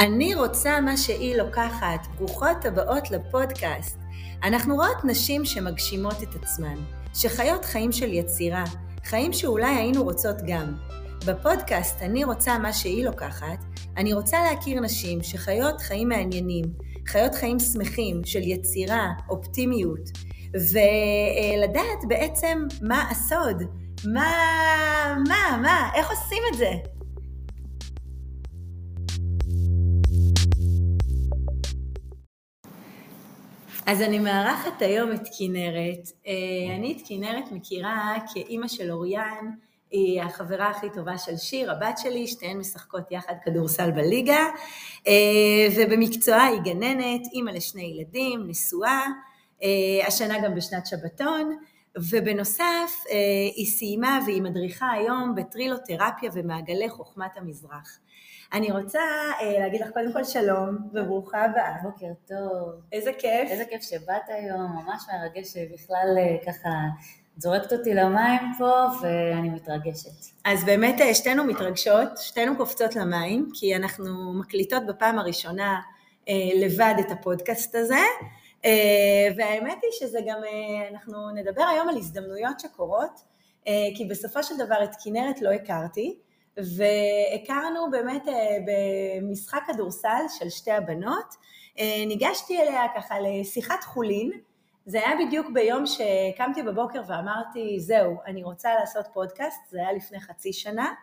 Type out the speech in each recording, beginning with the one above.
אני רוצה מה שהיא לוקחת, ברוכות הבאות לפודקאסט. אנחנו רואות נשים שמגשימות את עצמן, שחיות חיים של יצירה, חיים שאולי היינו רוצות גם. בפודקאסט אני רוצה מה שהיא לוקחת, אני רוצה להכיר נשים שחיות חיים מעניינים, חיות חיים שמחים של יצירה, אופטימיות, ולדעת בעצם מה הסוד, איך עושים את זה? אז אני מארחת היום את כנרת. אני את כנרת מכירה כאימא של אוריאן, היא החברה הכי טובה של שיר, הבת שלי, שתיהן משחקות יחד כדורסל בליגה, ובמקצועה היא גננת, אימא לשני ילדים, נשואה, השנה גם בשנת שבתון, ובנוסף היא סיימה והיא מדריכה היום בטרילותרפיה ומעגלי חוכמת המזרח. אני רוצה להגיד לך קודם כל שלום וברוכה הבאה. בוקר טוב. איזה כיף. איזה כיף שבאת היום, ממש מרגש שבכלל ככה זורקת אותי למים פה ואני מתרגשת. אז באמת שתינו מתרגשות, שתינו קופצות למים, כי אנחנו מקליטות בפעם הראשונה לבד את הפודקאסט הזה, והאמת היא שזה גם, אנחנו נדבר היום על הזדמנויות שקורות, כי בסופו של דבר את כנרת לא הכרתי, והכרנו באמת במשחק כדורסל של שתי הבנות, ניגשתי אליה ככה לשיחת חולין, זה היה בדיוק ביום שקמתי בבוקר ואמרתי זהו, אני רוצה לעשות פודקאסט, זה היה לפני חצי שנה,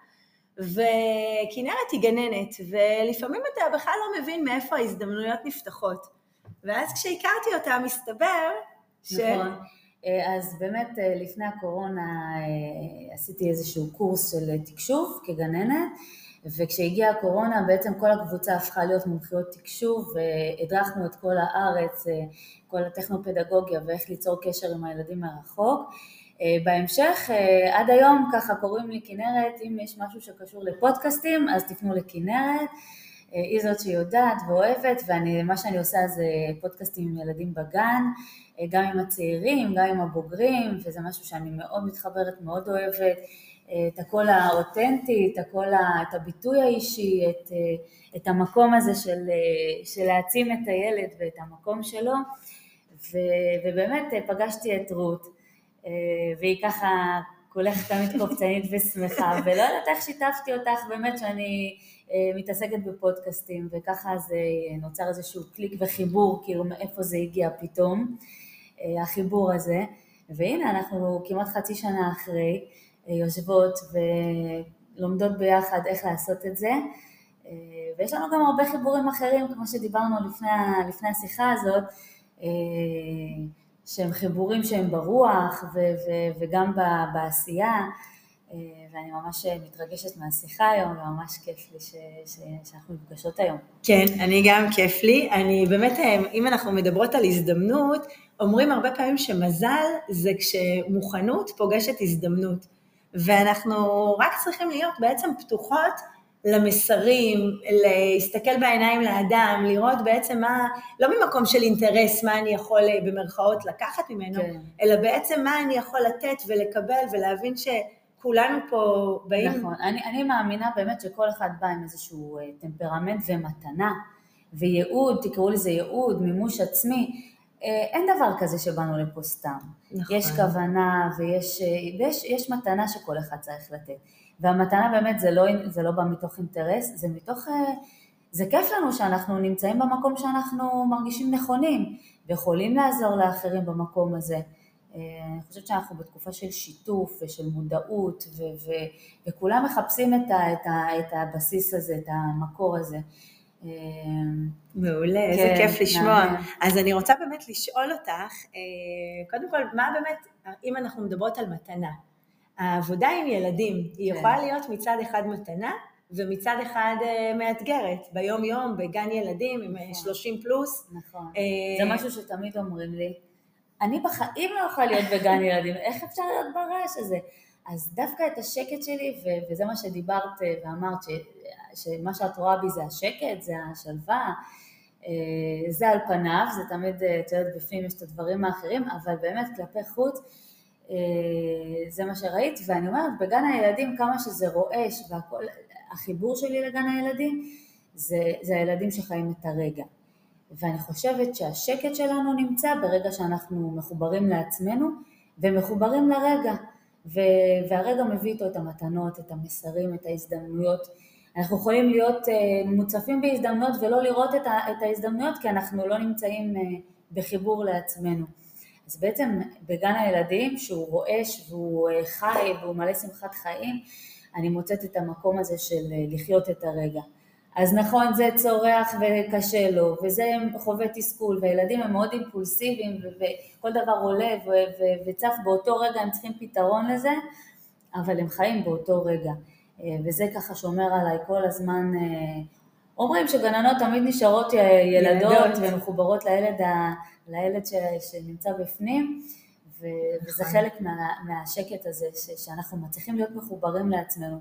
וכנרת היא גננת, ולפעמים אתה בכלל לא מבין מאיפה ההזדמנויות נפתחות, ואז כשהכרתי אותה מסתבר נכון. אז באמת לפני הקורונה עשיתי איזשהו קורס של תקשוב כגננת, וכשהגיעה הקורונה בעצם כל הקבוצה הפכה להיות מומחיות תקשוב, והדרכנו את כל הארץ, כל הטכנופדגוגיה ואיך ליצור קשר עם הילדים מרחוק. בהמשך, עד היום ככה קוראים לי כנרת, אם יש משהו שקשור לפודקאסטים אז תפנו לכנרת, היא זאת שיודעת ואוהבת, ומה שאני עושה זה פודקאסטים עם ילדים בגן, גם עם הצעירים, גם עם הבוגרים, וזה משהו שאני מאוד מתחברת, מאוד אוהבת, את הקול האותנטי, את הביטוי האישי, את המקום הזה של להעצים את הילד ואת המקום שלו, ובאמת פגשתי את רות, והיא ככה כולך תמיד קופצנית ושמחה, ולא יודעת איך שיתפתי אותך באמת שאני מתעסקת בפודקאסטים, וככה זה נוצר איזשהו קליק וחיבור, כאילו מאיפה זה הגיע פתאום, החיבור הזה, והנה אנחנו כמעט חצי שנה אחרי, יושבות ולומדות ביחד איך לעשות את זה, ויש לנו גם הרבה חיבורים אחרים, כמו שדיברנו לפני השיחה הזאת, שהם חיבורים שהם ברוח וגם בעשייה, ואני ממש מתרגשת מהשיחה היום, וממש כיף לי שאנחנו נפגשות היום. כן, אני גם כיף לי. אני באמת, אם אנחנו מדברות על הזדמנות, אומרים הרבה פעמים שמזל זה כשמוכנות פוגשת הזדמנות, ואנחנו רק צריכים להיות בעצם פתוחות למסרים, להסתכל בעיניים לאדם, לראות בעצם מה, לא ממקום של אינטרס מה אני יכול במרכאות לקחת ממנו, כן. אלא בעצם מה אני יכול לתת ולקבל ולהבין שכולנו פה באים. נכון, אני מאמינה באמת שכל אחד בא עם איזשהו טמפרמנט ומתנה וייעוד, תקראו לזה ייעוד, מימוש עצמי, אין דבר כזה שבאנו לפה סתם. נכון. יש כוונה ויש מתנה שכל אחד צריך לתת. והמתנה באמת זה לא בא מתוך אינטרס, זה כיף לנו שאנחנו נמצאים במקום שאנחנו מרגישים נכונים, ויכולים לעזור לאחרים במקום הזה. אני חושבת שאנחנו בתקופה של שיתוף ושל מודעות, וכולם מחפשים את הבסיס הזה, את המקור הזה. מעולה, איזה כיף לשמוע. אז אני רוצה באמת לשאול אותך, קודם כל, מה באמת, אם אנחנו מדברות על מתנה, העבודה עם ילדים, היא יכולה להיות מצד אחד מתנה, ומצד אחד מאתגרת, ביום יום, בגן ילדים, עם 30 פלוס. נכון, זה משהו שתמיד אומרים לי, אני בחיים לא יכולה להיות בגן ילדים, איך אפשר להיות ברעש הזה? אז דווקא את השקט שלי, וזה מה שדיברת ואמרת, שמה שאת רואה בי זה השקט, זה השלווה, זה על פניו, זה תמיד, את יודעת, בפנים יש את הדברים האחרים, אבל באמת כלפי חוץ, זה מה שראית, ואני אומרת, בגן הילדים כמה שזה רועש, והכל, החיבור שלי לגן הילדים, זה הילדים שחיים את הרגע. ואני חושבת שהשקט שלנו נמצא ברגע שאנחנו מחוברים לעצמנו ומחוברים לרגע, והרגע מביא איתו את המתנות, את המסרים, את ההזדמנויות. אנחנו יכולים להיות מוצפים בהזדמנויות ולא לראות את ההזדמנויות, כי אנחנו לא נמצאים בחיבור לעצמנו. אז בעצם בגן הילדים, שהוא רועש והוא חי והוא מלא שמחת חיים, אני מוצאת את המקום הזה של לחיות את הרגע. אז נכון, זה צורח וקשה לו, וזה חווה תסכול, והילדים הם מאוד אימפולסיביים, וכל דבר עולה וצף באותו רגע, הם צריכים פתרון לזה, אבל הם חיים באותו רגע. וזה ככה שומר עליי כל הזמן. אומרים שגננות תמיד נשארות ילדות ומחוברות לילד שנמצא בפנים, וזה חלק מהשקט הזה, שאנחנו מצליחים להיות מחוברים לעצמנו.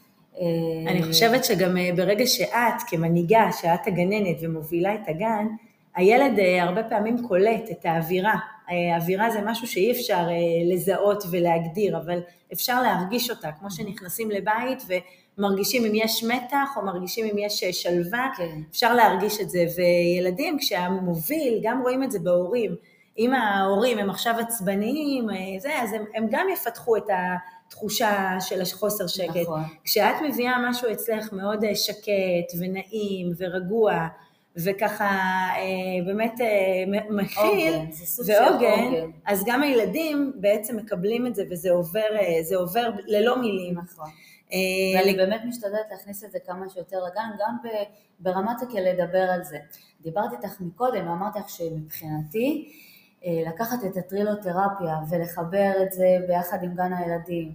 אני חושבת שגם ברגע שאת כמנהיגה, שאת הגננת ומובילה את הגן, הילד הרבה פעמים קולט את האווירה. האווירה זה משהו שאי אפשר לזהות ולהגדיר, אבל אפשר להרגיש אותה, כמו שנכנסים לבית ומרגישים אם יש מתח או מרגישים אם יש שלווה, כן. אפשר להרגיש את זה. וילדים כשהמוביל, גם רואים את זה בהורים, אם ההורים הם עכשיו עצבניים, אז הם גם יפתחו את התחושה של החוסר שקט. נכון. כשאת מביאה משהו אצלך מאוד שקט ונעים ורגוע, וככה באמת מכיל ועוגן, אז גם הילדים בעצם מקבלים את זה, וזה עובר ללא מילים. נכון. ואני באמת משתדלת להכניס את זה כמה שיותר לגן, גם ברמת לדבר על זה. דיברתי איתך מקודם, ואמרתי לך שמבחינתי, לקחת את הטרילותרפיה ולחבר את זה ביחד עם גן הילדים,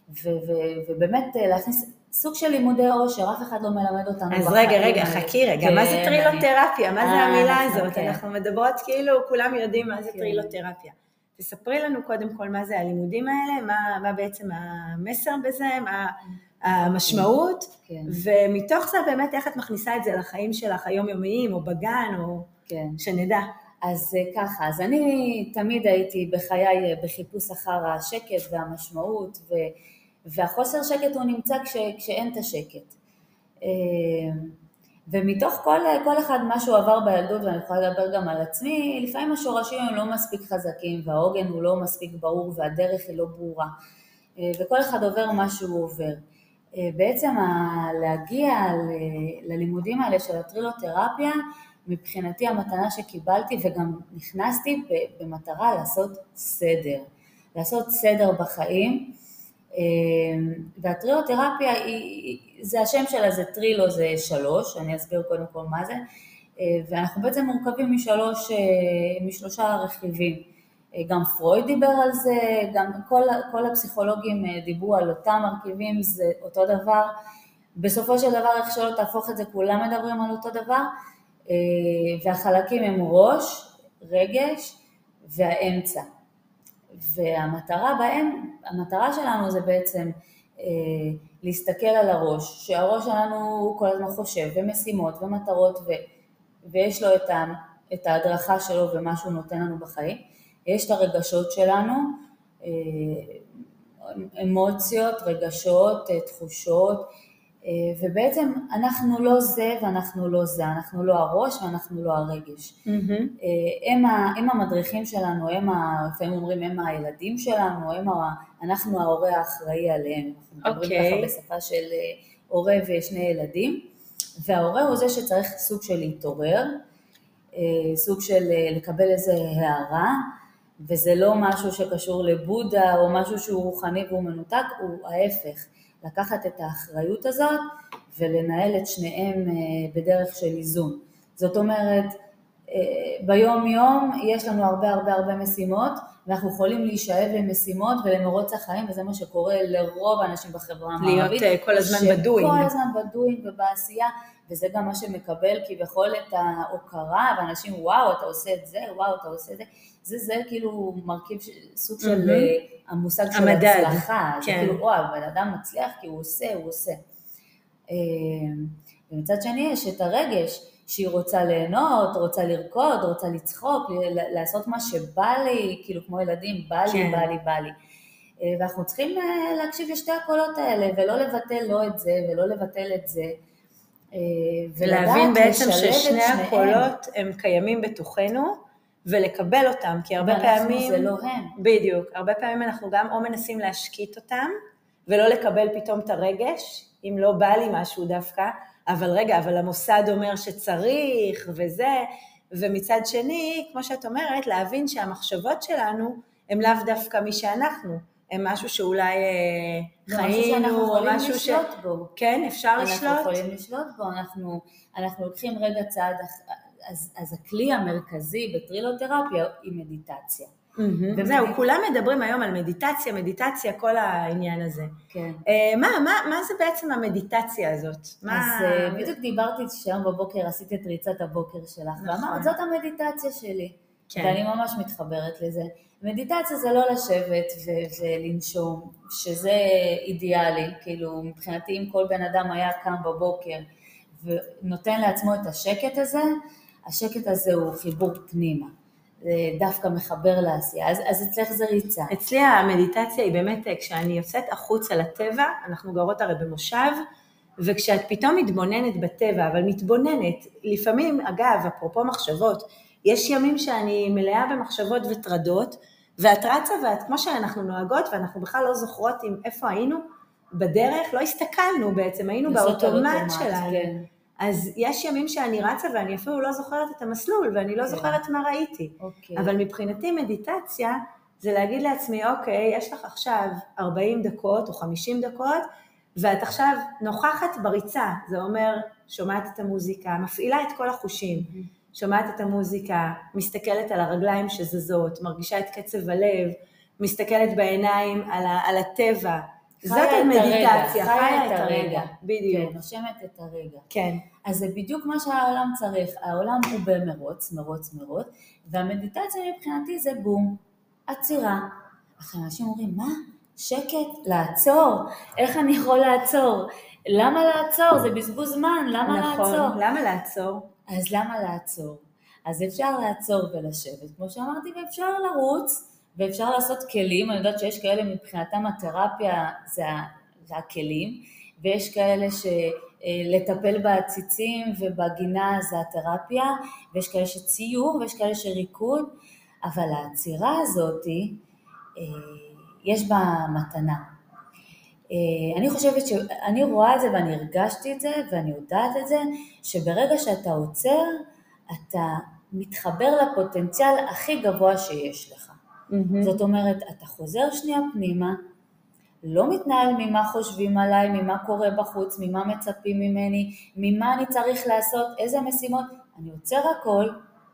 ובאמת להכניס סוג של לימודי עושר, אף אחד לא מלמד אותנו. אז רגע, חכי רגע, מה זה טרילותרפיה? מה זה המילה הזאת? אנחנו מדברות כאילו כולם יודעים מה זה טרילותרפיה. תספרי לנו קודם כל מה זה הלימודים האלה, מה בעצם המסר בזה, מה המשמעות, ומתוך זה באמת איך את מכניסה את זה לחיים שלך היומיומיים, או בגן, או שנדע. אז ככה, אז אני תמיד הייתי בחיי בחיפוש אחר השקט והמשמעות, והחוסר שקט הוא נמצא כשאין את השקט. ומתוך כל אחד משהו עבר בילדות, ואני יכולה לדבר גם על עצמי, לפעמים השורשים הם לא מספיק חזקים, והעוגן הוא לא מספיק ברור, והדרך היא לא ברורה. וכל אחד עובר מה שהוא עובר. בעצם להגיע ללימודים האלה של הטרילותרפיה, מבחינתי המתנה שקיבלתי, וגם נכנסתי במטרה לעשות סדר בחיים, והטרילותרפיה זה השם שלה, זה טרילו, זה 3, אני אסביר קודם כל מה זה, ואנחנו בעצם מורכבים משלושה רכיבים. גם פרויד דיבר על זה, גם כל הפסיכולוגים דיברו על אותם מרכיבים, זה אותו דבר, בסופו של דבר איך שלא תהפוך את זה, כולם מדברים על אותו דבר, והחלקים הם ראש, רגש והאמצע. והמטרה שלנו זה בעצם להסתכל על הראש, שהראש שלנו כל הזמן חושב ומשימות ומטרות, ויש לו את ההדרכה שלו ומה שהוא נותן לנו בחיים. יש את הרגשות שלנו, אמוציות, רגשות, תחושות, ובעצם אנחנו לא זה ואנחנו לא זה, אנחנו לא הראש ואנחנו לא הרגש. הם המדריכים שלנו, לפעמים אומרים הם הילדים שלנו, אנחנו ההורה האחראי עליהם. אנחנו מדברים ככה בשפה של הורה ושני ילדים, וההורה הוא זה שצריך סוג של להתעורר, סוג של לקבל איזה הערה, וזה לא משהו שקשור לבודה או משהו שהוא רוחני והוא מנותק, הוא ההפך. לקחת את האחריות הזאת ולנהל את שניהם בדרך של איזון. זאת אומרת, ביום יום יש לנו הרבה משימות, ואנחנו יכולים להישאב למשימות ולמרוץ החיים, וזה מה שקורה לרוב האנשים בחברה המערבית. להיות כל הזמן בדויים. כל הזמן בדויים ובעשייה, וזה גם מה שמקבל כביכול את ההוקרה, ואנשים וואו אתה עושה את זה, וואו אתה עושה את זה, זה כאילו מרכיב סוג של המושג של הצלחה, זה כאילו וואו, בן אדם מצליח כי הוא עושה. ומצד שני יש את הרגש, שהיא רוצה ליהנות, רוצה לרקוד, רוצה לצחוק, לעשות מה שבא לי, כאילו כמו ילדים, בא לי. ואנחנו צריכים להקשיב לשתי הקולות האלה, ולא לבטל לא את זה, ולא לבטל את זה. ולהבין בעצם לשלב ששני את הקולות הם קיימים בתוכנו, ולקבל אותם, כי הרבה פעמים... זה לא הם. בדיוק, הרבה פעמים אנחנו גם או מנסים להשקיט אותם, ולא לקבל פתאום את הרגש, אם לא בא לי משהו דווקא, אבל רגע, אבל המוסד אומר שצריך, וזה, ומצד שני, כמו שאת אומרת, להבין שהמחשבות שלנו, הם לאו דווקא מי שאנחנו, הם משהו שאולי חיינו, או משהו לשלוט בו. כן, אפשר לשלוט. אנחנו יכולים לשלוט בו, אנחנו לוקחים רגע צעד, אז הכלי המרכזי בטרילותרפיה היא מדיטציה. זהו, כולם מדברים היום על מדיטציה, כל העניין הזה. כן. מה זה בעצם המדיטציה הזאת? אז בדיוק דיברתי שהיום בבוקר עשית את ריצת הבוקר שלך, ואמרת, זאת המדיטציה שלי. ואני ממש מתחברת לזה. מדיטציה זה לא לשבת ולנשום, שזה אידיאלי, כאילו מבחינתי אם כל בן אדם היה קם בבוקר ונותן לעצמו את השקט הזה הוא חיבור פנימה. דווקא מחבר לעשייה, אז אצלך זה ריצה. אצלי המדיטציה היא באמת, כשאני יוצאת החוצה לטבע, אנחנו גרות הרי במושב, וכשאת פתאום מתבוננת בטבע, אבל מתבוננת, לפעמים, אגב, אפרופו מחשבות, יש ימים שאני מלאה במחשבות וטרדות, ואת רצה ואת, כמו שאנחנו נוהגות, ואנחנו בכלל לא זוכרות עם איפה היינו בדרך, לא הסתכלנו בעצם, היינו באוטומט שלנו. כן. אז יש ימים שאני רצה ואני אפילו לא זוכרת את המסלול, ואני לא זוכרת מה ראיתי. אבל מבחינתי מדיטציה, זה להגיד לעצמי, אוקיי, יש לך עכשיו 40 דקות או 50 דקות, ואת עכשיו נוכחת בריצה, זה אומר, שומעת את המוזיקה, מפעילה את כל החושים, שומעת את המוזיקה, מסתכלת על הרגליים שזזות, מרגישה את קצב הלב, מסתכלת בעיניים על הטבע, זאת המדיטציה, חיה את הרגע, בדיוק. כן, נושמת את הרגע. כן. אז זה בדיוק מה שהעולם צריך, העולם הוא במרוץ, מרוץ, והמדיטציה מבחינתי זה בום, עצירה. אחרי אנשים אומרים, מה? שקט? לעצור? איך אני יכול לעצור? למה לעצור? זה בזבוז זמן, למה לעצור? נכון, למה לעצור? אז למה לעצור? אז אפשר לעצור ולשבת, כמו שאמרתי, ואפשר לרוץ, ואפשר לעשות כלים, אני יודעת שיש כאלה מבחינתם התרפיה זה הכלים, ויש כאלה שלטפל בעציצים ובגינה זה התרפיה, ויש כאלה שציור ויש כאלה שריקוד, אבל העצירה הזאת, יש בה מתנה. אני חושבת שאני רואה את זה ואני הרגשתי את זה ואני יודעת את זה, שברגע שאתה עוצר, אתה מתחבר לפוטנציאל הכי גבוה שיש לך. זאת אומרת, אתה חוזר שנייה פנימה, לא מתנהל ממה חושבים עליי, ממה קורה בחוץ, ממה מצפים ממני, ממה אני צריך לעשות, איזה משימות, אני עוצר הכל,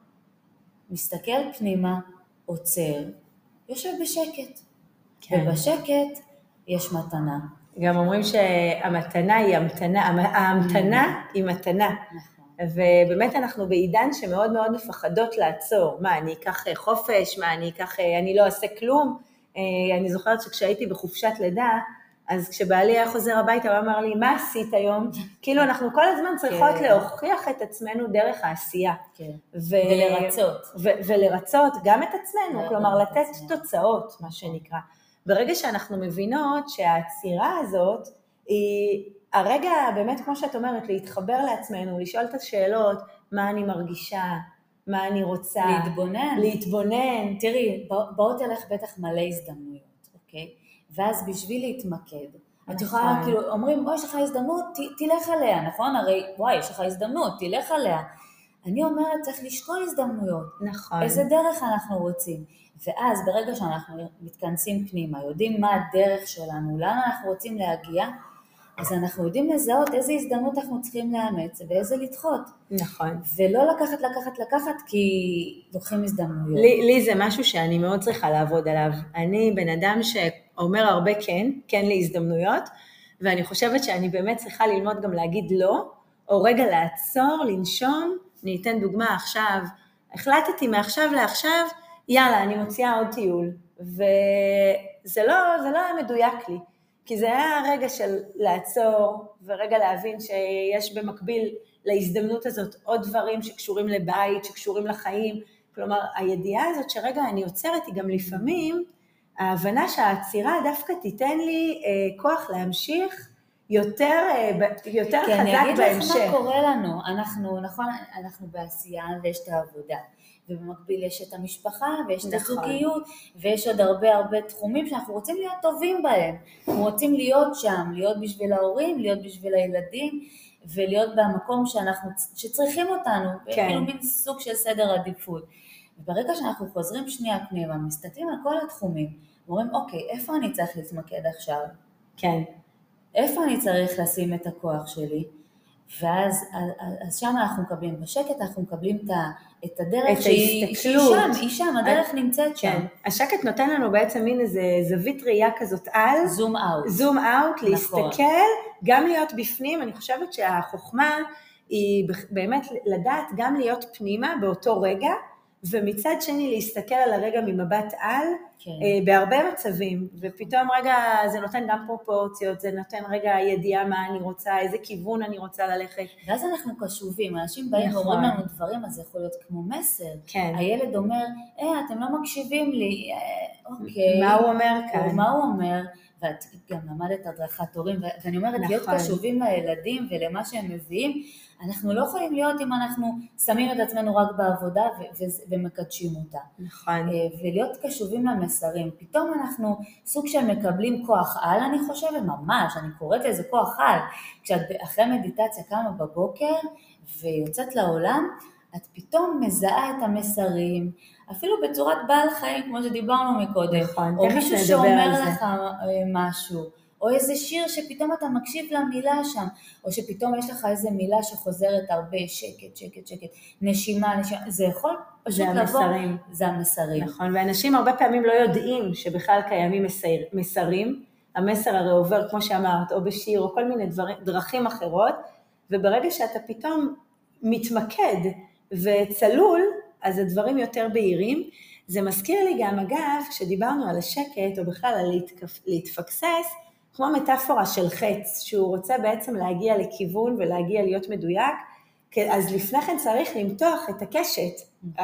מסתכל פנימה, עוצר, יושב בשקט, כן. ובשקט יש מתנה. גם אומרים שהמתנה היא ההמתנה היא מתנה. נכון. ובאמת אנחנו בעידן שמאוד מאוד מפחדות לעצור. מה, אני אקח חופש? מה, אני לא אעשה כלום? אני זוכרת שכשהייתי בחופשת לידה, אז כשבעלי היה חוזר הביתה, הוא אמר לי, מה עשית היום? כאילו אנחנו כל הזמן צריכות להוכיח את עצמנו דרך העשייה. ולרצות. ולרצות גם את עצמנו, כלומר לתת תוצאות, מה שנקרא. ברגע שאנחנו מבינות שהעצירה הזאת היא הרגע באמת כמו שאת אומרת, להתחבר לעצמנו, לשאול את השאלות, מה אני מרגישה, מה אני רוצה. להתבונן. תראי, באות אליך בטח מלא הזדמנויות, אוקיי? ואז בשביל להתמקד, את יכולה, כאילו, אומרים, יש לך הזדמנות, תלך עליה, נכון? הרי, יש לך הזדמנות, תלך עליה. אני אומרת, צריך לשקול הזדמנויות. נכון. איזה דרך אנחנו רוצים. ואז ברגע שאנחנו מתכנסים פנימה, יודעים מה הדרך שלנו, לאן אנחנו רוצים להגיע, אז אנחנו יודעים לזהות איזה הזדמנות אנחנו צריכים לאמץ ואיזה לדחות. נכון. ולא לקחת, כי לוקחים הזדמנויות. לי זה משהו שאני מאוד צריכה לעבוד עליו. אני בן אדם שאומר הרבה כן להזדמנויות, ואני חושבת שאני באמת צריכה ללמוד גם להגיד לא, או רגע לעצור, לנשום. אני אתן דוגמה עכשיו, החלטתי מעכשיו לעכשיו, יאללה, אני מוציאה עוד טיול, וזה לא היה מדויק לי, כי זה היה רגע של לעצור, ורגע להבין שיש במקביל להזדמנות הזאת עוד דברים שקשורים לבית, שקשורים לחיים, כלומר, הידיעה הזאת שרגע אני עוצרת היא גם לפעמים, ההבנה שהעצירה דווקא תיתן לי כוח להמשיך, יותר כן, חזק אני אגיד בהמשך. לך מה קורה לנו, אנחנו בעשייה ויש את העבודה, ובמקביל יש את המשפחה ויש את הזוגיות, ויש עוד הרבה תחומים שאנחנו רוצים להיות טובים בהם, אנחנו רוצים להיות שם, להיות בשביל ההורים, להיות בשביל הילדים, ולהיות במקום שצריכים אותנו, כאילו מין סוג של סדר עדיפות. וברגע שאנחנו חוזרים שנייה פנימה, מסתכלים על כל התחומים, ואומרים, אוקיי, איפה אני צריך להתמקד עכשיו? כן. איפה אני צריך לשים את הכוח שלי? ואז שם אנחנו מקבלים בשקט, אנחנו מקבלים את הדרך שהיא שם, הדרך נמצאת שם. כן. השקט נותן לנו בעצם מין איזה זווית ראייה כזאת על. זום אאוט, להסתכל, גם להיות בפנים. אני חושבת שהחוכמה היא באמת לדעת גם להיות פנימה באותו רגע, ומצד שני להסתכל על הרגע ממבט על, בהרבה מצבים, ופתאום רגע זה נותן גם פרופורציות, זה נותן רגע ידיעה מה אני רוצה, איזה כיוון אני רוצה ללכת. ואז אנחנו קשובים, אנשים באים ואומרים לנו דברים, אז זה יכול להיות כמו מסר. הילד אומר, אתם לא מקשיבים לי, אוקיי. מה הוא אומר כאן? מה הוא אומר? ואת גם למדת הדרכת הורים, ואני אומרת, להיות קשובים לילדים ולמה שהם מביאים, אנחנו לא יכולים להיות אם אנחנו שמים את עצמנו רק בעבודה ומקדשים אותה. נכון. ולהיות קשובים למסרים. פתאום אנחנו סוג של מקבלים כוח על, אני חושבת ממש, אני קוראת לזה כוח על. כשאת אחרי מדיטציה קמה בבוקר ויוצאת לעולם, את פתאום מזהה את המסרים, אפילו בצורת בעל חיים, כמו שדיברנו מקודם. נכון, או מישהו שאומר לך משהו. או איזה שיר שפתאום אתה מקשיב למילה שם, או שפתאום יש לך איזה מילה שחוזרת הרבה, שקט, נשימה, זה יכול פשוט לבוא, זה המסרים. נכון, ואנשים הרבה פעמים לא יודעים שבכלל קיימים מסרים, המסר הרי עובר, כמו שאמרת, או בשיר, או כל מיני דרכים אחרות, וברגע שאתה פתאום מתמקד וצלול, אז הדברים יותר בהירים. זה מזכיר לי גם, אגב, כשדיברנו על השקט, או בכלל על להתפקסס, כמו מטאפורה של חץ, שהוא רוצה בעצם להגיע לכיוון ולהגיע להיות מדויק, אז לפני כן צריך למתוח את הקשת.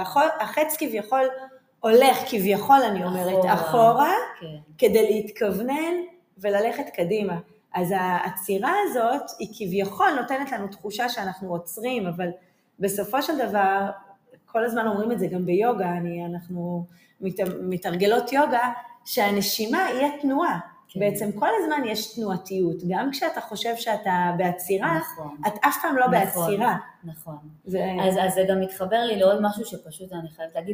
החץ כביכול הולך, כביכול אני אומרת, אחורה, כדי להתכוונן וללכת קדימה. אז העצירה הזאת היא כביכול נותנת לנו תחושה שאנחנו עוצרים, אבל בסופו של דבר, כל הזמן אומרים את זה גם ביוגה, אנחנו מתרגלות יוגה, שהנשימה היא התנועה. בעצם כל הזמן יש תנועתיות, גם כשאתה חושב שאתה בעצירה, את אף פעם לא בעצירה. נכון. אז זה גם מתחבר לי לעוד משהו שפשוט אני חייבת להגיד,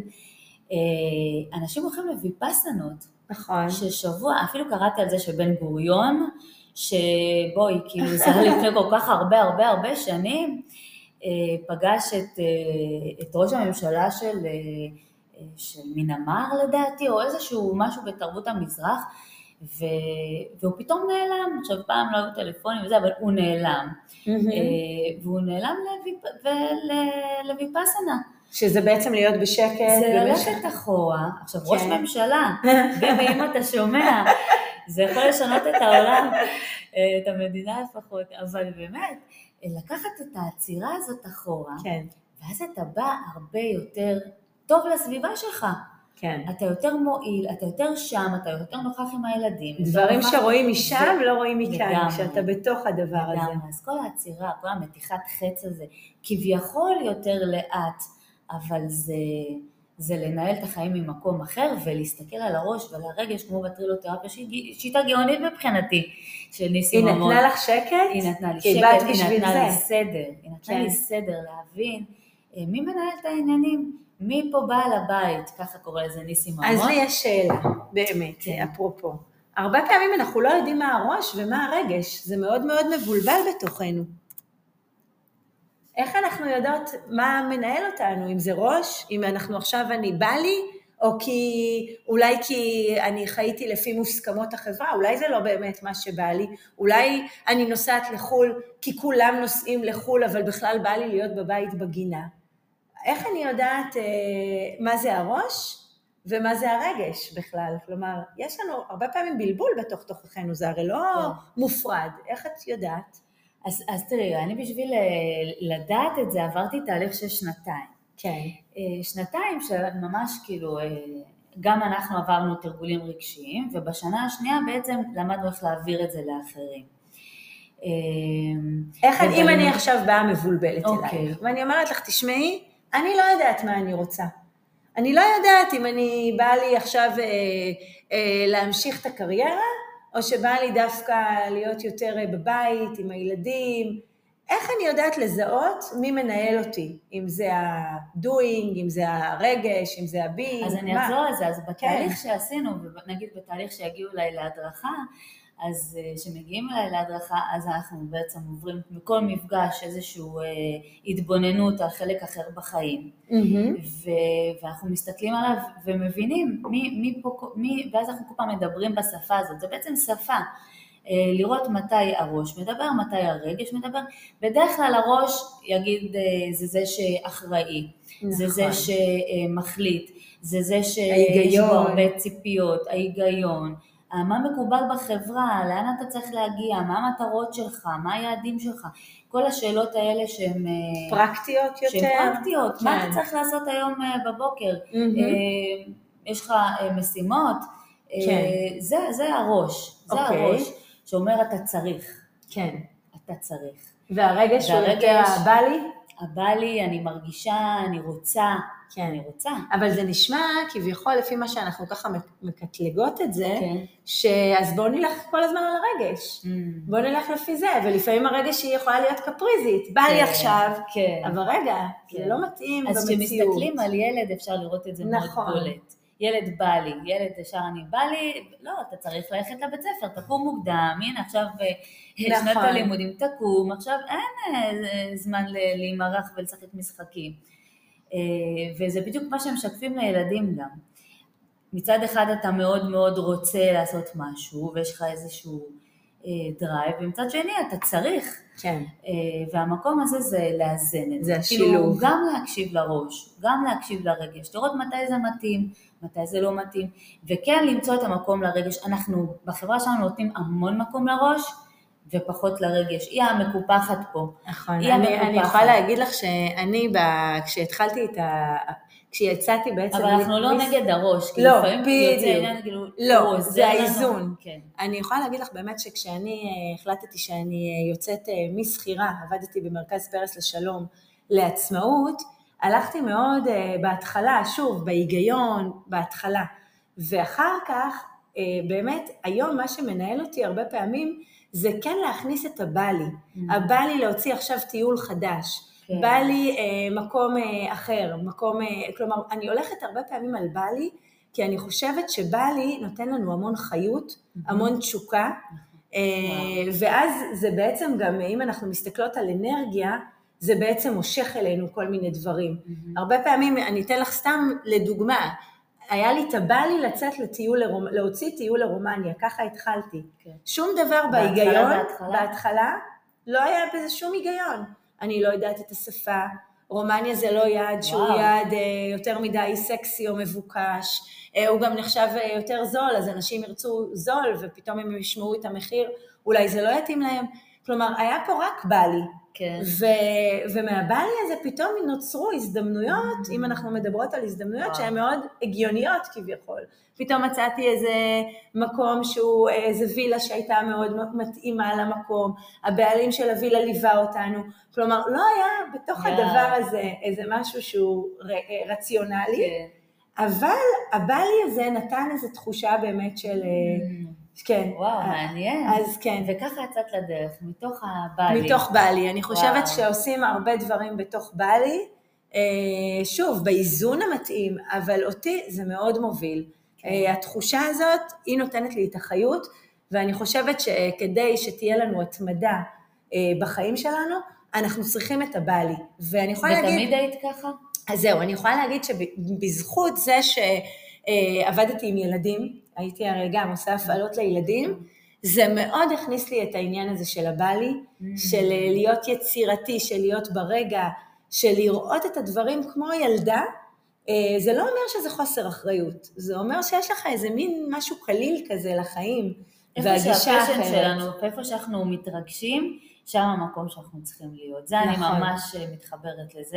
אנשים הולכים לויפסנות. נכון. ששבוע, אפילו קראתי על זה שבן גוריון, שבואי, כאילו זה לפני כל כך הרבה שנים, פגש את ראש הממשלה של מינמר לדעתי, או איזשהו משהו בתרבות המזרח, והוא פתאום נעלם, עכשיו פעם לא היו טלפונים וזה, אבל הוא נעלם, והוא נעלם לויפסנה. שזה בעצם להיות בשקט. זה ללכת אחורה, עכשיו ראש ממשלה, ואם אתה שומע, זה יכול לשנות את העולם, את המדינה לפחות, אבל באמת, לקחת את העצירה הזאת אחורה, ואז אתה בא הרבה יותר טוב לסביבה שלך. כן. אתה יותר מועיל, אתה יותר שם, אתה יותר נוכח עם הילדים. דברים שרואים משם לא רואים מכאן, כשאתה בתוך הדבר הזה. אז כל העצירה, כל המתיחת חץ הזה, כביכול יותר לאט, אבל זה לנהל את החיים ממקום אחר, ולהסתכל על הראש ועל הרגש, כמו בטרילותרפיה, שיטה גאונית מבחינתי, של ניסים ממון. היא נתנה לך שקט? היא נתנה לי שקט, היא נתנה לי סדר. היא נתנה לי סדר להבין מי מנהל את העניינים. מי פה בעל הבית, ככה קורא לזה ניסים ממון. אז לי יש שאלה, באמת, אפרופו. הרבה פעמים אנחנו לא יודעים מה הראש ומה הרגש, זה מאוד מאוד מבולבל בתוכנו. איך אנחנו יודעות מה מנהל אותנו, אם זה ראש, אם אנחנו עכשיו אני בא לי, או אולי כי אני חייתי לפי מוסכמות החברה, אולי זה לא באמת מה שבא לי, אולי אני נוסעת לחול, כי כולם נוסעים לחול, אבל בכלל בא לי להיות בבית בגינה. איך אני יודעת מה זה הראש ומה זה הרגש בכלל? כלומר, יש לנו הרבה פעמים בלבול בתוך תוכנו, זה הרי לא מופרד. איך את יודעת? אז תראי, אני בשביל לדעת את זה עברתי תהליך של שנתיים. כן. שנתיים שממש כאילו, גם אנחנו עברנו תרגולים רגשיים, ובשנה השנייה בעצם למדנו איך להעביר את זה לאחרים. אם אני עכשיו באה מבולבלת אלייך, ואני אומרת לך, תשמעי, אני לא יודעת מה אני רוצה. אני לא יודעת אם אני באה לי עכשיו להמשיך את הקריירה, או שבא לי דווקא להיות יותר בבית עם הילדים. איך אני יודעת לזהות מי מנהל אותי? אם זה ה-doing, אם זה הרגש, אם זה ה-being. אז אני אחזור על זה. אז בתהליך שעשינו, נגיד בתהליך שהגיעו אליי להדרכה, אז שמגיעים אליי להדרכה, אז אנחנו בעצם עוברים מכל מפגש איזושהי התבוננות על חלק אחר בחיים. ואנחנו מסתכלים עליו ומבינים ואז אנחנו כל פעם מדברים בשפה הזאת. זה בעצם שפה. לראות מתי הראש מדבר, מתי הרגש מדבר. בדרך כלל הראש יגיד זה שאחראי, זה שמחליט, זה שיש בו הרבה ציפיות, ההיגיון. מה מקובל בחברה, לאן אתה צריך להגיע, מה המטרות שלך, מה היעדים שלך, כל השאלות האלה שהן פרקטיות יותר. שהן פרקטיות, מה אתה צריך לעשות היום בבוקר, יש לך משימות, זה הראש, זה הראש, שאומר אתה צריך, אתה צריך. והרגש הוא יותר בא לי? הבא לי, אני מרגישה, אני רוצה. אני רוצה. אבל זה נשמע כביכול לפי מה שאנחנו ככה מקטלגות את זה, אז בואו נלך כל הזמן על הרגש. בואו נלך לפי זה, ולפעמים הרגש היא יכולה להיות קפריזית. בא לי עכשיו, אבל רגע, זה לא מתאים במציאות. אז כשמסתכלים על ילד אפשר לראות את זה מאוד בולט. ילד בא לי, ילד ישר אני בא לי, לא, אתה צריך ללכת לבית ספר, תקום מוקדם, הנה עכשיו שנת הלימודים תקום, עכשיו אין זמן להימרח ולשחק משחקים. וזה בדיוק מה שהם משקפים לילדים גם. מצד אחד אתה מאוד מאוד רוצה לעשות משהו, ויש לך איזשהו דרייב, ומצד שני אתה צריך. והמקום הזה זה לאזן את זה. השילוב. גם להקשיב לראש, גם להקשיב לרגש, לראות מתי זה מתאים, מתי זה לא מתאים, וכן למצוא את המקום לרגש. אנחנו בחברה שלנו נותנים המון מקום לראש, ופחות לרגש. היא המקופחת פה. נכון. אני יכולה להגיד לך שאני, כשהתחלתי כשיצאתי בעצם... אבל אנחנו לא נגד הראש. לא, בדיוק. לא, זה האיזון. אני יכולה להגיד לך באמת שכשאני החלטתי שאני יוצאת מסחירה, עבדתי במרכז פרס לשלום לעצמאות, הלכתי מאוד בהתחלה, שוב, בהיגיון, בהתחלה. ואחר כך, באמת, היום מה שמנהל אותי הרבה פעמים, זה כן להכניס את הבא לי. הבא לי להוציא עכשיו טיול חדש. בא לי מקום אחר, כלומר, אני הולכת הרבה פעמים על בא לי, כי אני חושבת שבא לי נותן לנו המון חיות, המון תשוקה, ואז זה בעצם גם, אם אנחנו מסתכלות על אנרגיה, זה בעצם מושך אלינו כל מיני דברים. הרבה פעמים, אני אתן לך סתם לדוגמה, היה לי תבא לי לצאת להוציא טיול לרומניה, ככה התחלתי. שום דבר בהיגיון, בהתחלה, לא היה בזה שום היגיון. אני לא יודעת את השפה, רומניה זה לא יעד שהוא יעד יותר מדי סקסי או מבוקש, הוא גם נחשב יותר זול, אז אנשים ירצו זול, ופתאום הם ישמעו את המחיר, אולי זה לא יתאים להם. כלומר, היה פה רק בא לי. ומהבא לי הזה פתאום נוצרו הזדמנויות, אם אנחנו מדברות על הזדמנויות שהן מאוד הגיוניות כביכול. פתאום מצאתי איזה מקום שהוא, איזה וילה שהייתה מאוד מתאימה למקום, הבעלים של הווילה ליווה אותנו, כלומר לא היה בתוך הדבר הזה איזה משהו שהוא רציונלי, אבל הבא לי הזה נתן איזו תחושה באמת של... כן. וואו, מעניין. אז כן. וככה יצאת לדרך, מתוך הבא לי. מתוך בא לי. אני חושבת שעושים הרבה דברים בתוך בא לי, שוב, באיזון המתאים, אבל אותי זה מאוד מוביל. התחושה הזאת, היא נותנת לי את החיות, ואני חושבת שכדי שתהיה לנו התמדה בחיים שלנו, אנחנו צריכים את הבא לי. ואני יכולה להגיד... ותמיד היית ככה? אז זהו, אני יכולה להגיד שבזכות זה שעבדתי עם ילדים, הייתי הרי גם עושה הפעלות לילדים, זה מאוד הכניס לי את העניין הזה של הבא לי, של להיות יצירתי, של להיות ברגע, של לראות את הדברים כמו ילדה, זה לא אומר שזה חוסר אחריות, זה אומר שיש לך איזה מין משהו קליל כזה לחיים, והגישה אחרת. שלנו, איפה שאנחנו מתרגשים, שם המקום שאנחנו צריכים להיות. זה אני ממש מתחברת לזה.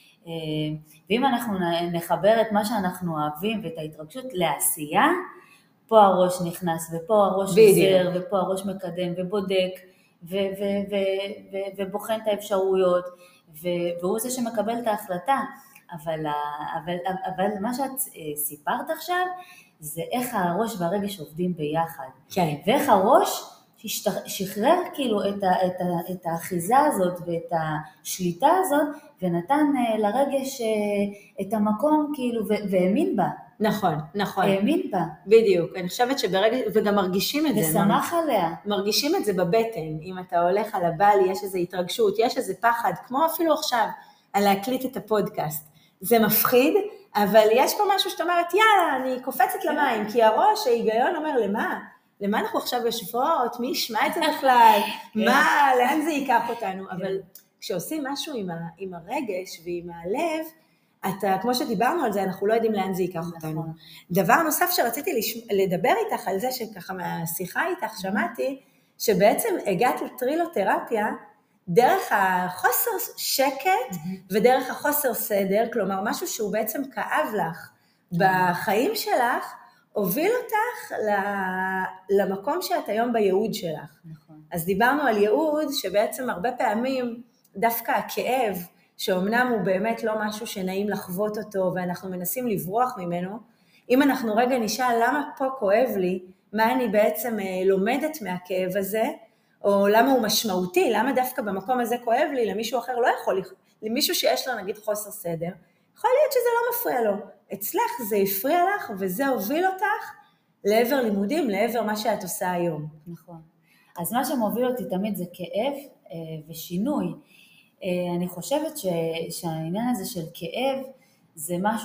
ואם אנחנו נחבר את מה שאנחנו אוהבים ואת ההתרגשות לעשייה, פה הראש נכנס ופה הראש עוזר ופה הראש מקדם ובודק, ובוחן את האפשרויות, והוא זה שמקבל את ההחלטה. אבל מה שאת סיפרת עכשיו, זה איך הראש והרגש עובדים ביחד. כן. ואיך הראש שחרר כאילו את האחיזה הזאת ואת השליטה הזאת, ונתן לרגש את המקום כאילו, והאמין בה. נכון, נכון. האמין בה. בדיוק. אני חושבת שברגע, וגם מרגישים את זה. ושמח עליה. מרגישים את זה בבטן. אם אתה הולך על הבלי, יש איזו התרגשות, יש איזה פחד, כמו אפילו עכשיו, על להקליט את הפודקאסט. זה מפחיד, אבל יש פה משהו שאת אומרת, יאללה, אני קופצת למים, כי הראש, ההיגיון אומר, למה? למה אנחנו עכשיו יושבות? מי ישמע את זה בכלל? מה, לאן זה ייקח אותנו? אבל כשעושים משהו עם הרגש ועם הלב, אתה, כמו שדיברנו על זה, אנחנו לא יודעים לאן זה ייקח אותנו. דבר נוסף שרציתי לדבר איתך על זה, שככה מהשיחה איתך שמעתי, שבעצם הגעת לטרילותרפיה, דרך החוסר שקט ודרך החוסר סדר, כלומר משהו שהוא בעצם כאב לך בחיים שלך, הוביל אותך למקום שאת היום בייעוד שלך. נכון. אז דיברנו על ייעוד שבעצם הרבה פעמים דווקא הכאב, שאומנם הוא באמת לא משהו שנעים לחוות אותו ואנחנו מנסים לברוח ממנו, אם אנחנו רגע נשאל למה פה כואב לי, מה אני בעצם לומדת מהכאב הזה, או למה הוא משמעותי, למה דווקא במקום הזה כואב לי, למישהו אחר לא יכול, למישהו שיש לו נגיד חוסר סדר, יכול להיות שזה לא מפריע לו, אצלך זה הפריע לך וזה הוביל אותך לעבר לימודים, לעבר מה שאת עושה היום. נכון. אז מה שמוביל אותי תמיד זה כאב ושינוי. אני חושבת שהעניין הזה של כאב זה משהו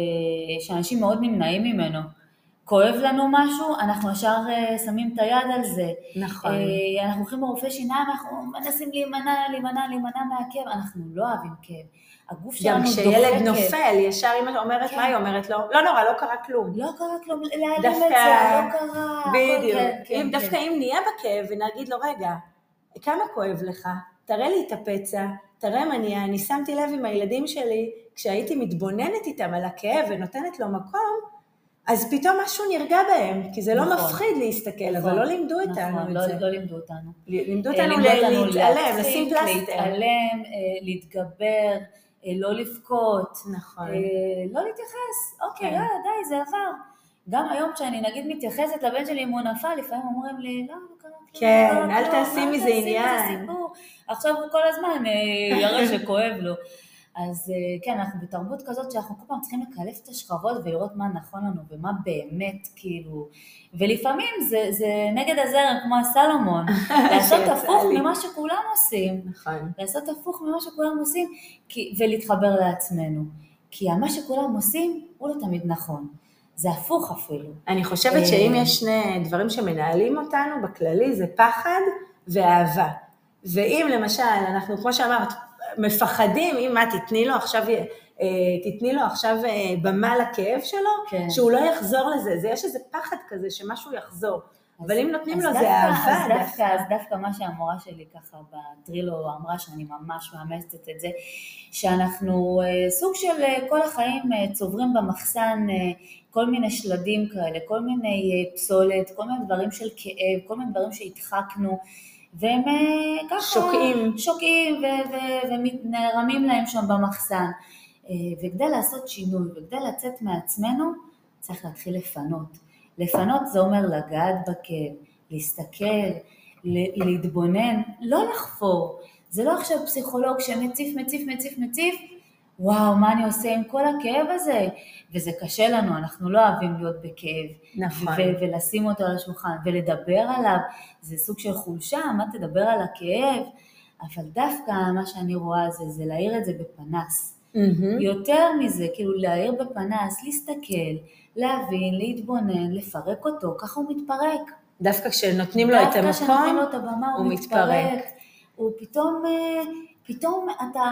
שאנשים מאוד נמנעים ממנו. כואב לנו משהו, אנחנו ישר שמים את היד על זה. נכון. אנחנו הולכים ברופא שיניים, אנחנו מנסים להימנע מהכאב, אנחנו לא אוהבים כאב. הגוף שלנו דוחק. גם כשילד נופל, ישר אמא אומרת, מה היא אומרת לו? לא נורא, לא קרה כלום. לא קרה כלום, להעלים את זה, לא קרה. בדיוק. דווקא אם נהיה בכאב ונגיד לו, רגע, כמה כואב לך? תראה לי את הפצע, תראה מניע, אני שמתי לב עם הילדים שלי, כשהייתי מתבוננת איתם על הכאב ונותנת לו מקום, אז פתאום משהו נרגע בהם, כי זה לא מפחיד להסתכל, אבל לא לימדו אותנו את זה. לא לימדו אותנו. לימדו אותנו להתעלם, לשים פלסטר. להתעלם, להתגבר, לא לבכות, נכון. לא להתייחס, אוקיי, יאללה, די, זה עבר. גם היום כשאני נגיד מתייחסת לבן שלי אם הוא נפל, לפעמים אומרים לי, לא קרה כלום. כן, אל תעשי מזה עניין. עכשיו הוא כל הזמן יראה שכואב לו. אז כן, אנחנו בתרבות כזאת שאנחנו כל פעם צריכים לקלף את השכבות ולראות מה נכון לנו ומה באמת כאילו, ולפעמים זה נגד הזרם כמו הסלומון, לעשות הפוך ממה שכולם עושים, נכון. לעשות הפוך ממה שכולם עושים ולהתחבר לעצמנו, כי מה שכולם עושים הוא לא תמיד נכון, זה הפוך אפילו. אני חושבת שאם יש שני דברים שמנהלים אותנו בכללי זה פחד ואהבה, ואם למשל אנחנו כמו שאמרת, מפחדים, אם מה, תתני לו עכשיו במה לכאב שלו, כן. שהוא לא יחזור לזה, יש איזה פחד כזה שמשהו יחזור, אבל אם נותנים לו זה אהבה. אז דווקא מה שהמורה שלי ככה בטרילו אמרה, שאני ממש מאמצת את זה, שאנחנו סוג של כל החיים צוברים במחסן כל מיני שלדים כאלה, כל מיני פסולת, כל מיני דברים של כאב, כל מיני דברים שהדחקנו, והם ככה שוקעים ונערמים להם שם במחסן. וכדי לעשות שינוי וכדי לצאת מעצמנו, צריך להתחיל לפנות. לפנות זה אומר לגעת בכאב, להסתכל, להתבונן, לא לחפור. זה לא עכשיו פסיכולוג שמציף, וואו, מה אני עושה עם כל הכאב הזה? וזה קשה לנו, אנחנו לא אוהבים להיות בכאב. נכון. ולשים אותו על השולחן, ולדבר עליו, זה סוג של חולשה, מה תדבר על הכאב? אבל דווקא מה שאני רואה זה להאיר את זה בפנס. יותר מזה, כאילו להאיר בפנס, להסתכל, להבין, להתבונן, לפרק אותו, ככה הוא מתפרק. דווקא כשנותנים לו את המקום, דווקא כשנותנים לו את הבמה, הוא מתפרק. הוא פתאום אתה...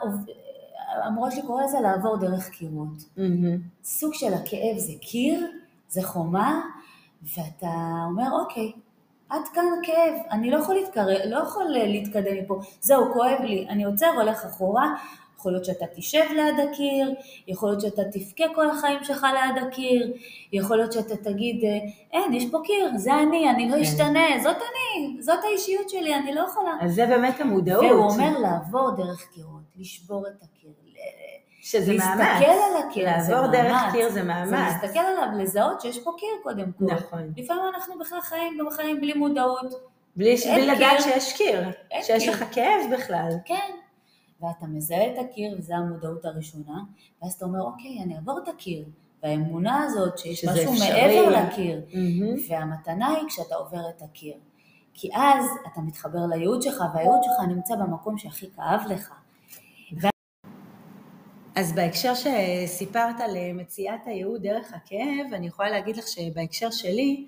המורה שלי קורא לזה לעבור דרך קירות. סוג של הכאב זה קיר, זה חומה, ואתה אומר, אוקיי, עד כאן כאב, אני לא יכול להתקדם מפה, זהו, כואב לי, אני עוצר, הולך אחורה, יכול להיות שאתה תשב ליד הקיר, יכול להיות שאתה תבכה כל החיים שלך ליד הקיר, יכול להיות שאתה תגיד, אין, יש פה קיר, זה אני לא אשתנה, זאת האישיות שלי, אני לא יכולה. אז זה באמת המודעות. והוא אומר לעבור דרך קירות, לשבור את הקיר, שזה מאמץ. להסתכל על הקיר, לעבור דרך קיר זה מאמץ. זה להסתכל עליו, לזהות שיש פה קיר קודם כל. נכון. לפעמים אנחנו בכלל חיים בלי מודעות. בלי לדעת שיש קיר, שיש לך כאב בכלל. כן. ואתה מזהה את הקיר, וזו המודעות הראשונה, ואז אתה אומר, אוקיי, אני אעבור את הקיר. והאמונה הזאת שיש משהו מעבר לקיר. והמתנה היא כשאתה עובר את הקיר. כי אז אתה מתחבר לייעוד שלך, והייעוד שלך נמצא במקום שהכי כאב לך. אז בהקשר שסיפרת על מציאת הייעוד דרך הכאב, אני יכולה להגיד לך שבהקשר שלי,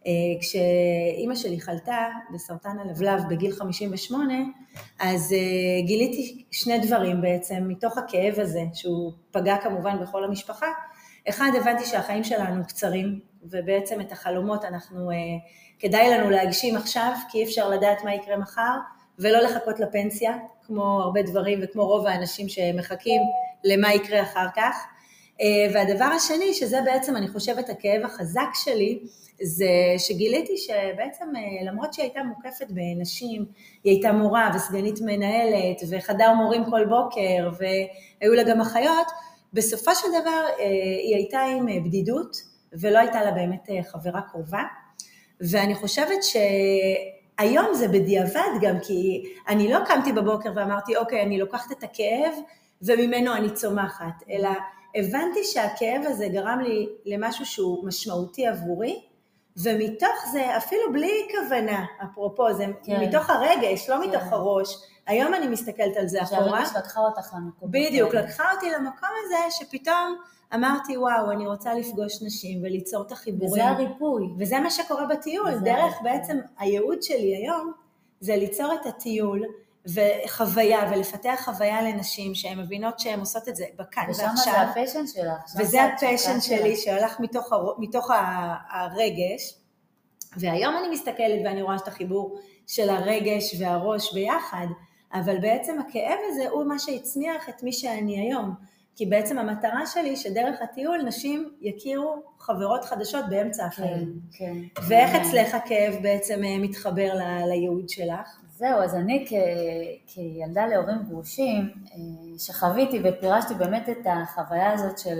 כשאימא שלי חלתה בסרטן הלבלב בגיל 58, אז גיליתי שני דברים בעצם מתוך הכאב הזה, שהוא פגע כמובן בכל המשפחה. אחד, הבנתי שהחיים שלנו קצרים, ובעצם את החלומות כדאי לנו להגשים עכשיו, כי אי אפשר לדעת מה יקרה מחר, ולא לחכות לפנסיה, כמו הרבה דברים וכמו רוב האנשים שמחכים למה יקרה אחר כך. והדבר השני, שזה בעצם אני חושבת הכאב החזק שלי, זה שגיליתי שבעצם למרות שהיא הייתה מוקפת בנשים, היא הייתה מורה וסגנית מנהלת וחדר מורים כל בוקר והיו לה גם אחיות, בסופו של דבר היא הייתה עם בדידות ולא הייתה לה באמת חברה קרובה, ואני חושבת שהיום זה בדיעבד גם, כי אני לא קמתי בבוקר ואמרתי אוקיי, אני לוקחת את הכאב וממנו אני צומחת, אלא הבנתי שהכאב הזה גרם לי למשהו שהוא משמעותי עבורי, ומתוך זה, אפילו בלי כוונה, אפרופו, זה מתוך הרגש, לא מתוך הראש, היום אני מסתכלת על זה אחורה. שהרגש לקחה אותך למקום. בדיוק, לקחה אותי למקום הזה, שפתאום אמרתי, וואו, אני רוצה לפגוש נשים וליצור את החיבורים. וזה הריפוי. וזה מה שקורה בטיול, דרך בעצם הייעוד שלי היום, זה ליצור את הטיול, וחוויה, ולפתח חוויה לנשים שהן מבינות שהן עושות את זה בכאן ועכשיו. ושם זה הפשן שלך. וזה הפשן שלי שהלך מתוך הרגש, והיום אני מסתכלת ואני רואה את החיבור של הרגש והראש ביחד, אבל בעצם הכאב הזה הוא מה שהצמיח את מי שאני היום, כי בעצם המטרה שלי שדרך הטיול נשים יכירו חברות חדשות באמצע החיים. כן. ואיך אצלך הכאב בעצם מתחבר לייעוד שלך? זהו, אז אני כילדה להורים גרושים, שחוויתי ופירשתי באמת את החוויה הזאת של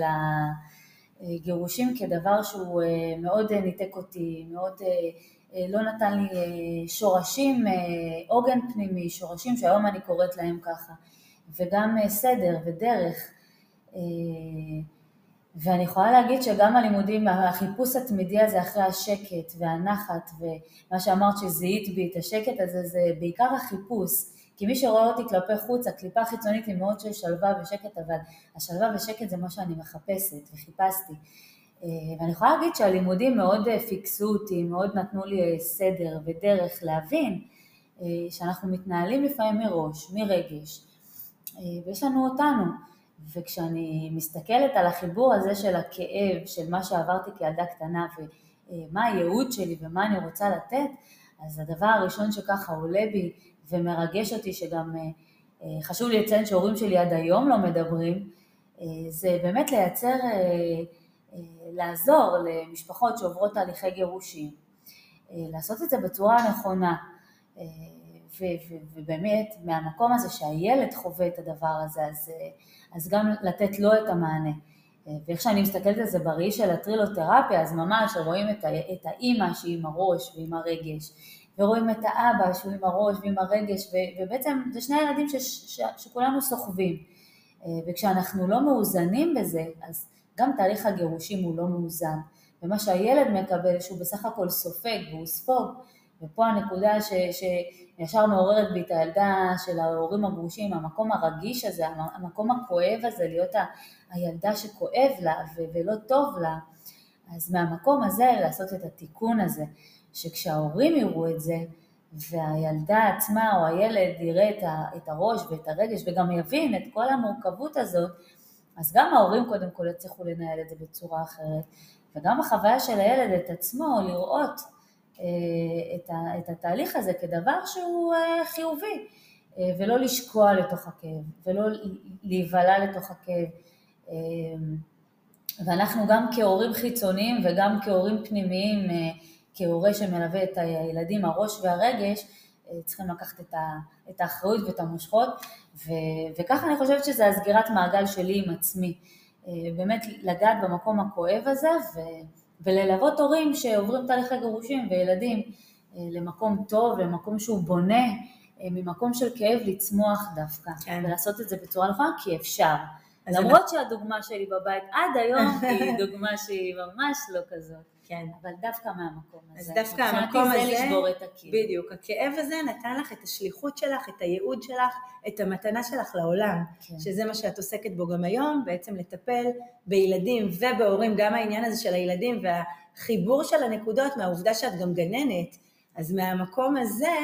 הגירושים כדבר שהוא מאוד ניתק אותי, מאוד לא נתן לי שורשים, עוגן פנימי, שורשים שהיום אני קוראת להם ככה, וגם סדר ודרך. ואני יכולה להגיד שגם הלימודים, החיפוש התמידי הזה אחרי השקט והנחת, ומה שאמרת שזיהית בי את השקט הזה, זה בעיקר החיפוש, כי מי שרואה אותי כלפי חוץ, הקליפה החיצונית היא מאוד של שלווה ושקט, אבל השלווה ושקט זה מה שאני מחפשת וחיפשתי. ואני יכולה להגיד שהלימודים מאוד פיקסו אותי, מאוד נתנו לי סדר ודרך להבין שאנחנו מתנהלים לפעמים מראש, מרגש, ויש לנו אותנו. וכשאני מסתכלת על החיבור הזה של הכאב, של מה שעברתי כילדה קטנה, ומה הייעוד שלי ומה אני רוצה לתת, אז הדבר הראשון שככה עולה בי ומרגש אותי, שגם חשוב לי לציין שהורים שלי עד היום לא מדברים, זה באמת לייצר, לעזור למשפחות שעוברות תהליכי גירושים, לעשות את זה בצורה הנכונה, ובאמת מהמקום הזה שהילד חווה את הדבר הזה, אז גם לתת לו את המענה. ואיך שאני מסתכלת על זה בראי של הטרילותרפיה, אז ממש רואים את האמא שהיא עם הראש ועם הרגש, ורואים את האבא שהוא עם הראש ועם הרגש, ובעצם זה שני ילדים שכולנו סוחבים. וכשאנחנו לא מאוזנים בזה, אז גם תהליך הגירושים הוא לא מאוזן. ומה שהילד מקבל שהוא בסך הכל סופג והוא ספוג, ופה הנקודה שישר מעוררת בי את הילדה של ההורים הגרושים, המקום הרגיש הזה, המקום הכואב הזה, להיות הילדה שכואב לה ולא טוב לה, אז מהמקום הזה לעשות את התיקון הזה, שכשההורים יראו את זה, והילדה עצמה או הילד יראה את הראש ואת הרגש, וגם יבין את כל המורכבות הזאת, אז גם ההורים קודם כל יצליחו לנהל את זה בצורה אחרת, וגם החוויה של הילד את עצמו לראות, את התהליך הזה כדבר שהוא חיובי, ולא לשקוע לתוך הכאב, ולא להיבלה לתוך הכאב. ואנחנו גם כהורים חיצוניים וגם כהורים פנימיים, כהורה שמלווה את הילדים, הראש והרגש, צריכים לקחת את האחריות ואת המושכות, וככה אני חושבת שזה הסגירת מעגל שלי עם עצמי. באמת לגעת במקום הכואב הזה, וללוות הורים שעוברים תהליכי גירושים וילדים למקום טוב, למקום שהוא בונה, ממקום של כאב לצמוח דווקא, כן. ולעשות את זה בצורה נכונה, כי אפשר. למרות שהדוגמה שלי בבית עד היום היא דוגמה שהיא ממש לא כזאת. כן. אבל דווקא מהמקום הזה. אז דווקא המקום הזה, לשבור את הכאב. בדיוק, הכאב הזה נתן לך את השליחות שלך, את הייעוד שלך, את המתנה שלך לעולם, כן. שזה מה שאת עוסקת בו גם היום, בעצם לטפל בילדים ובהורים, גם העניין הזה של הילדים והחיבור של הנקודות מהעובדה שאת גם גננת, אז מהמקום הזה,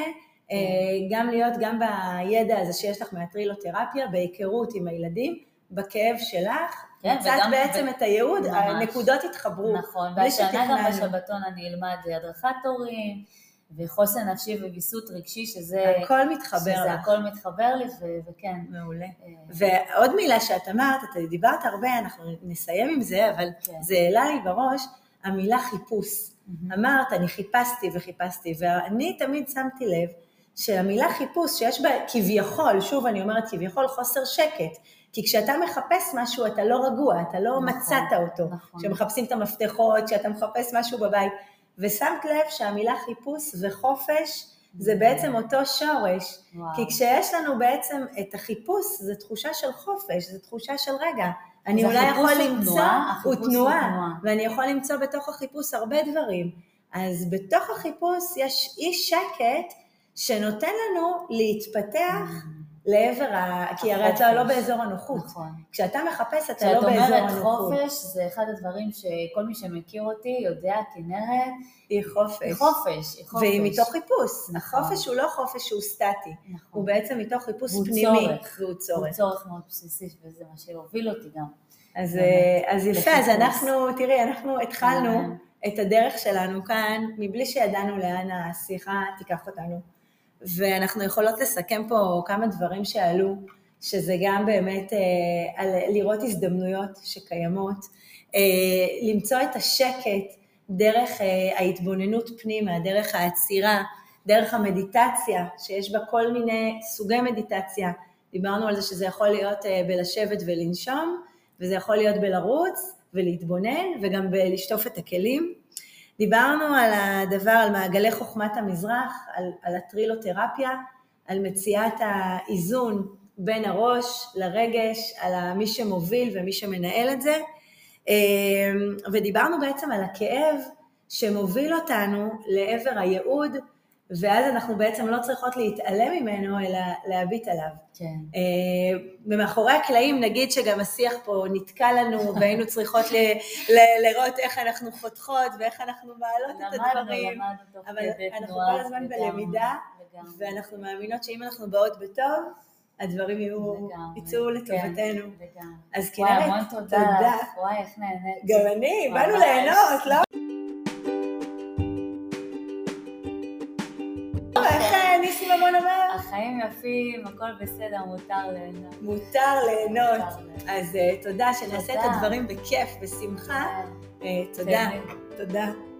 גם להיות גם בידע הזה שיש לך מהטרילותרפיה, בהיכרות עם הילדים, בכאב שלך, כן, מצאת בעצם את הייעוד, הנקודות התחברו. נכון, והשנה גם בשבתון אני אלמד הדרכת הורים, וחוסן נפשי וויסות רגשי, שזה הכל מתחבר לך. הכל מתחבר לי, וכן. מעולה. ועוד מילה שאת אמרת, את דיברת הרבה, אנחנו נסיים עם זה, אבל זה העלה לי בראש, המילה חיפוש. אמרת, אני חיפשתי וחיפשתי, ואני תמיד שמתי לב, שהמילה חיפוש שיש בה כביכול, שוב אני אומרת כביכול חוסר שקט, כי כשאתה מחפש משהו אתה לא רגוע, אתה לא מצאת אותו, כשמחפשים את המפתחות, כשאתה מחפש משהו בבית, ושמת לב שהמילה חיפוש וחופש זה בעצם אותו שורש, כי כשיש לנו בעצם את החיפוש, זה תחושה של חופש, זה תחושה של רגע, אני אולי יכול למצוא, הוא תנועה, ואני יכול למצוא בתוך החיפוש הרבה דברים, אז בתוך החיפוש יש אי שקט, שנותן לנו להתפתח לעבר, כי הרי אתה לא באזור הנוחות. נכון. כשאתה מחפש, אתה לא באזור הנוחות. כשאת אומרת חופש, זה אחד הדברים שכל מי שמכיר אותי יודע, כנרת, היא חופש. היא חופש. והיא מתוך חיפוש. נכון. החופש הוא לא חופש שהוא סטטי. נכון. הוא בעצם מתוך חיפוש פנימי. והוא צורך. הוא צורך מאוד בסיסי, וזה מה שהוביל אותי גם. אז יפה, אז אנחנו, תראי, אנחנו התחלנו את הדרך שלנו כאן, מבלי שידענו לאן השיחה תיקח אותנו. ואנחנו יכולות לסכם פה כמה דברים שעלו, שזה גם באמת על לראות הזדמנויות שקיימות, למצוא את השקט דרך ההתבוננות פנימה, דרך העצירה, דרך המדיטציה, שיש בה כל מיני סוגי מדיטציה. דיברנו על זה שזה יכול להיות בלשבת ולנשום, וזה יכול להיות בלרוץ ולהתבונן, וגם בלשטוף את הכלים. דיברנו על הדבר, על מעגלי חוכמת המזרח, על הטרילותרפיה, על מציאת האיזון בין הראש לרגש, על מי שמוביל ומי שמנהל את זה, ודיברנו בעצם על הכאב שמוביל אותנו לעבר הייעוד, ואז אנחנו בעצם לא צריכות להתעלם ממנו, אלא להביט עליו. כן. במאחורי הקלעים נגיד שגם השיח פה נתקע לנו, והיינו צריכות לראות איך אנחנו חותכות, ואיך אנחנו מעלות את הדברים. אבל אנחנו כל הזמן בלמידה, ואנחנו מאמינות שאם אנחנו באות בטוב, הדברים יצאו לטובתנו. אז כנרת, המון תודה. וואי, איך נהנית. גם אני, באנו ליהנות, לא? איך ניסים המון אמר? החיים יפים, הכל בסדר, מותר ליהנות. מותר ליהנות. אז תודה שנעשה את הדברים בכיף, בשמחה. תודה. תודה.